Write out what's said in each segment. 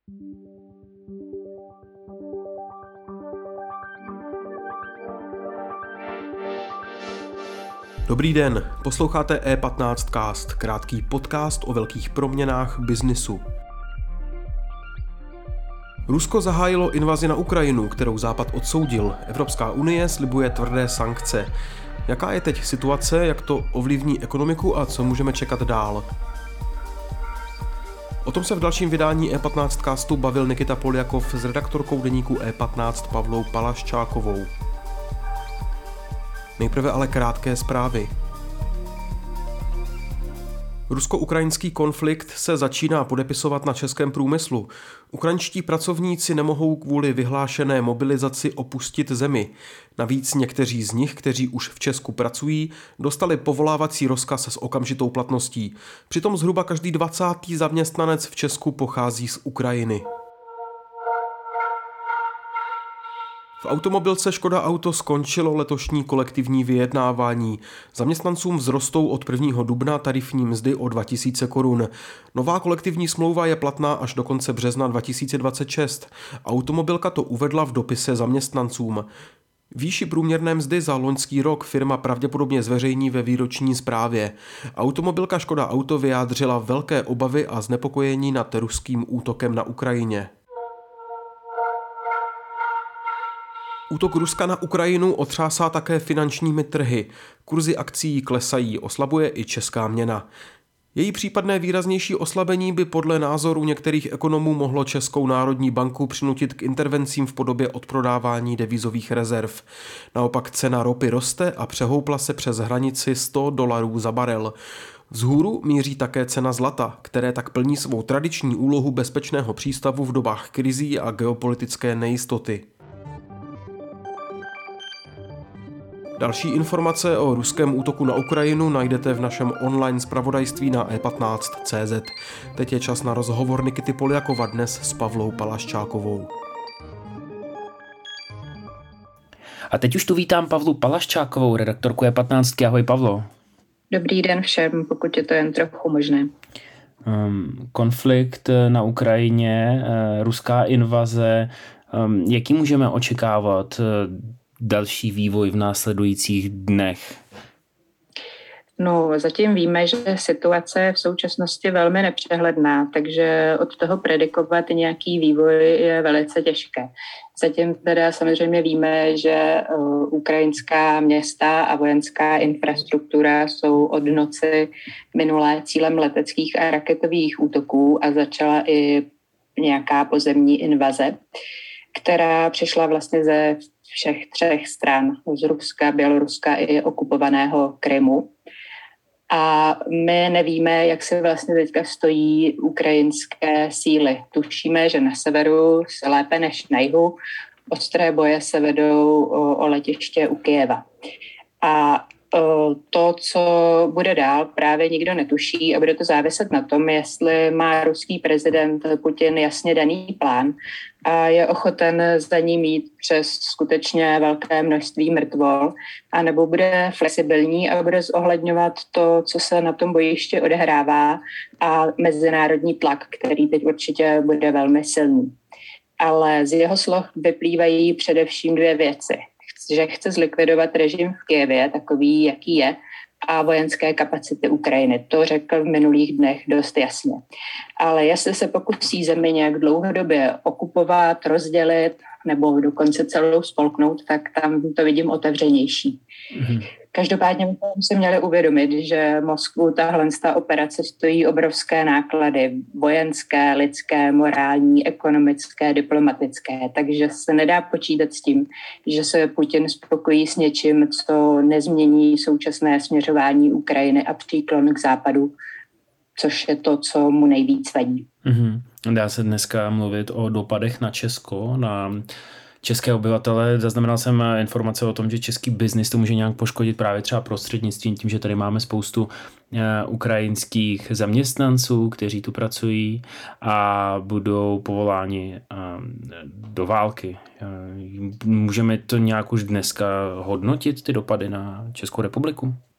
Dobrý den, posloucháte E15cast, krátký podcast o velkých proměnách biznisu. Rusko zahájilo invazi na Ukrajinu, kterou Západ odsoudil. Evropská unie slibuje tvrdé sankce. Jaká je teď situace, jak to ovlivní ekonomiku a co můžeme čekat dál? O tom se v dalším vydání E15castu bavil Nikita Poljakov s redaktorkou deníku E15 Pavlou Palaščákovou. Nejprve ale krátké zprávy. Rusko-ukrajinský konflikt se začíná podepisovat na českém průmyslu. Ukrajinští pracovníci nemohou kvůli vyhlášené mobilizaci opustit zemi. Navíc někteří z nich, kteří už v Česku pracují, dostali povolávací rozkaz s okamžitou platností. Přitom zhruba každý 20. zaměstnanec v Česku pochází z Ukrajiny. V automobilce Škoda Auto skončilo letošní kolektivní vyjednávání. Zaměstnancům vzrostou od 1. dubna tarifní mzdy o 2000 korun. Nová kolektivní smlouva je platná až do konce března 2026. Automobilka to uvedla v dopise zaměstnancům. Výši průměrné mzdy za loňský rok firma pravděpodobně zveřejní ve výroční zprávě. Automobilka Škoda Auto vyjádřila velké obavy a znepokojení nad ruským útokem na Ukrajině. Útok Ruska na Ukrajinu otřásá také finančními trhy. Kurzy akcií klesají, oslabuje i česká měna. Její případné výraznější oslabení by podle názoru některých ekonomů mohlo Českou národní banku přinutit k intervencím v podobě odprodávání devizových rezerv. Naopak cena ropy roste a přehoupla se přes hranici $100 za barel. Vzhůru míří také cena zlata, které tak plní svou tradiční úlohu bezpečného přístavu v dobách krizí a geopolitické nejistoty. Další informace o ruském útoku na Ukrajinu najdete v našem online zpravodajství na e15.cz. Teď je čas na rozhovor Nikity Poljakova dnes s Pavlou Palaščákovou. A teď už tu vítám Pavlu Palaščákovou, redaktorku E15. Ahoj Pavlo. Dobrý den všem, pokud je to jen trochu možné. Konflikt na Ukrajině, ruská invaze, jaký můžeme očekávat další vývoj v následujících dnech? No, zatím víme, že situace je v současnosti velmi nepřehledná, takže od toho predikovat nějaký vývoj je velice těžké. Zatím teda samozřejmě víme, že ukrajinská města a vojenská infrastruktura jsou od noci minulé cílem leteckých a raketových útoků a začala i nějaká pozemní invaze, která přišla vlastně ze všech třech stran, z Ruska, Běloruska i okupovaného Krymu. A my nevíme, jak se vlastně teďka stojí ukrajinské síly. Tušíme, že na severu se lépe než na jihu ostré boje se vedou o letiště u Kyjeva. A to, co bude dál, právě nikdo netuší a bude to záviset na tom, jestli má ruský prezident Putin jasně daný plán a je ochoten za ním jít přes skutečně velké množství mrtvol, anebo bude flexibilní a bude zohledňovat to, co se na tom bojišti odehrává a mezinárodní tlak, který teď určitě bude velmi silný. Ale z jeho slov vyplývají především dvě věci. Že chce zlikvidovat režim v Kyjevě, takový, jaký je, a vojenské kapacity Ukrajiny. To řekl v minulých dnech dost jasně. Ale jestli se pokusí zemi nějak dlouhodobě okupovat, rozdělit nebo dokonce celou spolknout, tak tam to vidím otevřenější. Každopádně bychom si měli uvědomit, že Moskvu tahle operace stojí obrovské náklady, vojenské, lidské, morální, ekonomické, diplomatické, takže se nedá počítat s tím, že se Putin spokojí s něčím, co nezmění současné směřování Ukrajiny a příklon k západu, což je to, co mu nejvíc vadí. Dá se dneska mluvit o dopadech na Česko, na české obyvatele. Zaznamenal jsem informace o tom, že český biznis to může nějak poškodit právě třeba prostřednictvím tím, že tady máme spoustu ukrajinských zaměstnanců, kteří tu pracují a budou povoláni do války. Můžeme to nějak už dneska hodnotit, ty dopady na Českou republiku?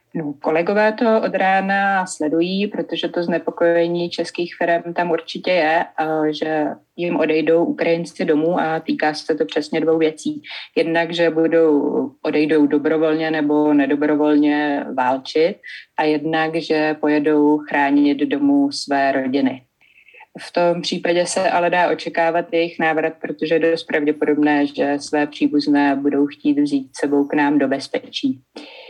No, kolegové to od rána sledují, protože to znepokojení českých firm tam určitě je, že jim odejdou Ukrajinci domů a týká se to přesně dvou věcí. Jednak, že odejdou dobrovolně nebo nedobrovolně válčit a jednak, že pojedou chránit domů své rodiny. V tom případě se ale dá očekávat jejich návrat, protože je dost pravděpodobné, že své příbuzné budou chtít vzít sebou k nám do bezpečí.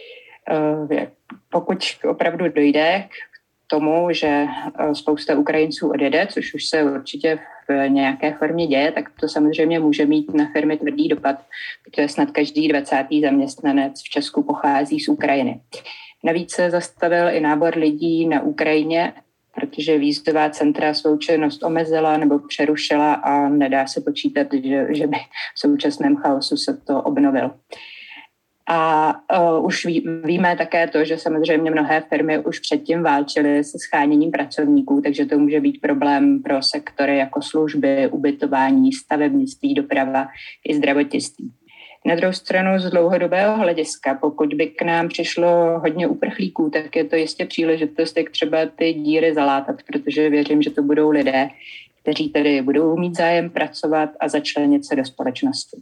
Pokud opravdu dojde k tomu, že spousta Ukrajinců odjede, což už se určitě v nějaké formě děje, tak to samozřejmě může mít na firmy tvrdý dopad, protože snad každý 20. zaměstnanec v Česku pochází z Ukrajiny. Navíc se zastavil i nábor lidí na Ukrajině, protože výjezdová centra svou činnost omezila nebo přerušila a nedá se počítat, že by v současném chaosu se to obnovil. A už víme také to, že samozřejmě mnohé firmy už předtím válčily se scháněním pracovníků, takže to může být problém pro sektory jako služby, ubytování, stavebnictví, doprava i zdravotnictví. Na druhou stranu z dlouhodobého hlediska, pokud by k nám přišlo hodně uprchlíků, tak je to jistě příležitost, jak třeba ty díry zalátat, protože věřím, že to budou lidé, kteří tedy budou mít zájem pracovat a začlenit se do společnosti.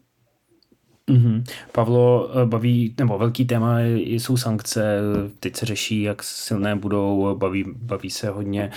Pavlo, velký téma jsou sankce, teď se řeší, jak silné budou, baví se hodně,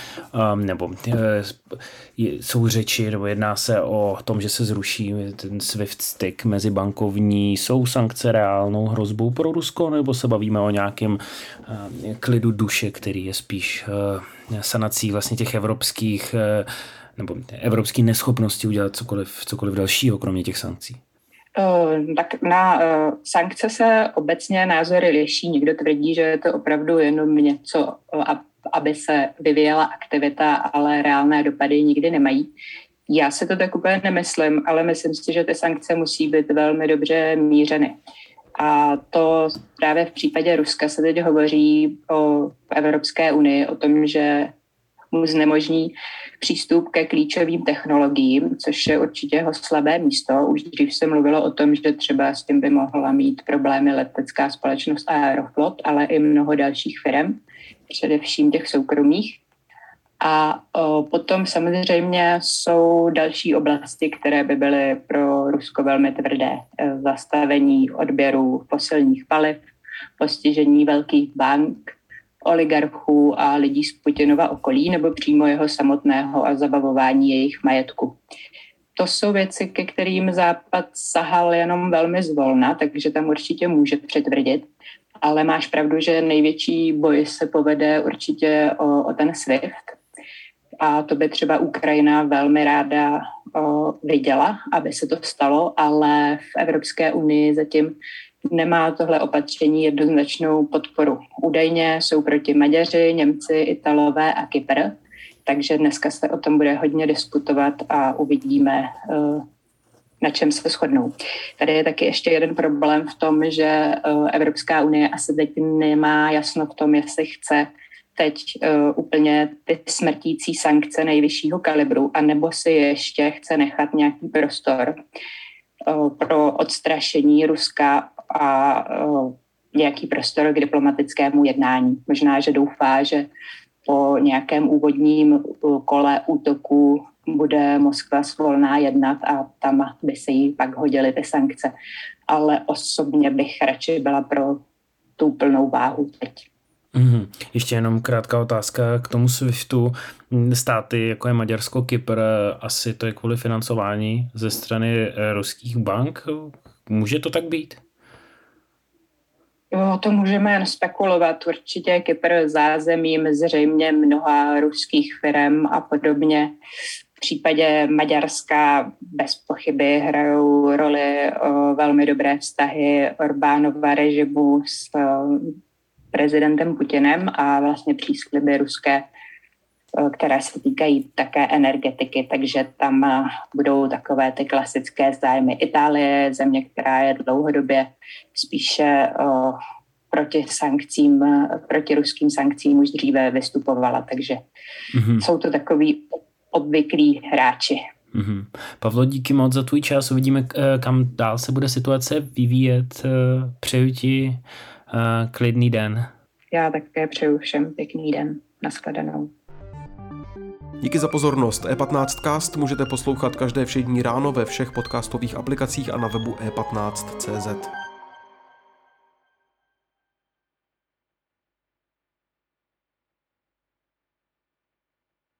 jsou řeči, nebo jedná se o tom, že se zruší ten SWIFT styk mezibankovní. Jsou sankce reálnou hrozbou pro Rusko, nebo se bavíme o nějakém klidu duše, který je spíš sanací vlastně těch evropských, nebo evropský neschopnosti udělat cokoliv dalšího, kromě těch sankcí? Tak na sankce se obecně názory liší. Někdo tvrdí, že je to opravdu jenom něco, aby se vyvíjela aktivita, ale reálné dopady nikdy nemají. Já si to tak úplně nemyslím, ale myslím si, že ty sankce musí být velmi dobře mířeny. A to právě v případě Ruska se teď hovoří o Evropské unii, o tom, že mu znemožní přístup ke klíčovým technologiím, což je určitě jeho slabé místo. Už dřív se mluvilo o tom, že třeba s tím by mohla mít problémy letecká společnost Aeroflot, ale i mnoho dalších firm, především těch soukromých. A potom samozřejmě jsou další oblasti, které by byly pro Rusko velmi tvrdé. Zastavení odběru fosilních paliv, postižení velkých bank, oligarchů a lidí z Putinova okolí nebo přímo jeho samotného a zabavování jejich majetku. To jsou věci, ke kterým Západ sahal jenom velmi zvolna, takže tam určitě může přitvrdit, ale máš pravdu, že největší boj se povede určitě o ten SWIFT a to by třeba Ukrajina velmi ráda viděla, aby se to stalo, ale v Evropské unii zatím nemá tohle opatření jednoznačnou podporu. Údajně jsou proti Maďaři, Němci, Italové a Kypr, takže dneska se o tom bude hodně diskutovat a uvidíme, na čem se shodnou. Tady je taky ještě jeden problém v tom, že Evropská unie asi teď nemá jasno v tom, jestli chce teď úplně ty smrtící sankce nejvyššího kalibru, anebo si ještě chce nechat nějaký prostor pro odstrašení Ruska a nějaký prostor k diplomatickému jednání. Možná, že doufá, že po nějakém úvodním kole útoku bude Moskva svolná jednat a tam by se jí pak hodily ty sankce. Ale osobně bych radši byla pro tu plnou váhu teď. Ještě jenom krátká otázka k tomu SWIFTu. Státy, jako je Maďarsko, Kypr, asi to je kvůli financování ze strany ruských bank. Může to tak být? Jo, to můžeme jen spekulovat. Určitě Kypr zázemím zřejmě mnoha ruských firm a podobně. V případě Maďarska bez pochyby hrajou roli velmi dobré vztahy Orbánova režimu s prezidentem Putinem a vlastně přísliby ruské, které se týkají také energetiky, takže tam budou takové ty klasické zájmy. Itálie, země, která je dlouhodobě spíše proti ruským sankcím už dříve vystupovala, takže jsou to takový obvyklí hráči. Pavlo, díky moc za tvůj čas. Uvidíme, kam dál se bude situace vyvíjet. Přeju ti klidný den. Já také přeju všem pěkný den. Nashledanou. Díky za pozornost. E15cast můžete poslouchat každé všední ráno ve všech podcastových aplikacích a na webu e15.cz.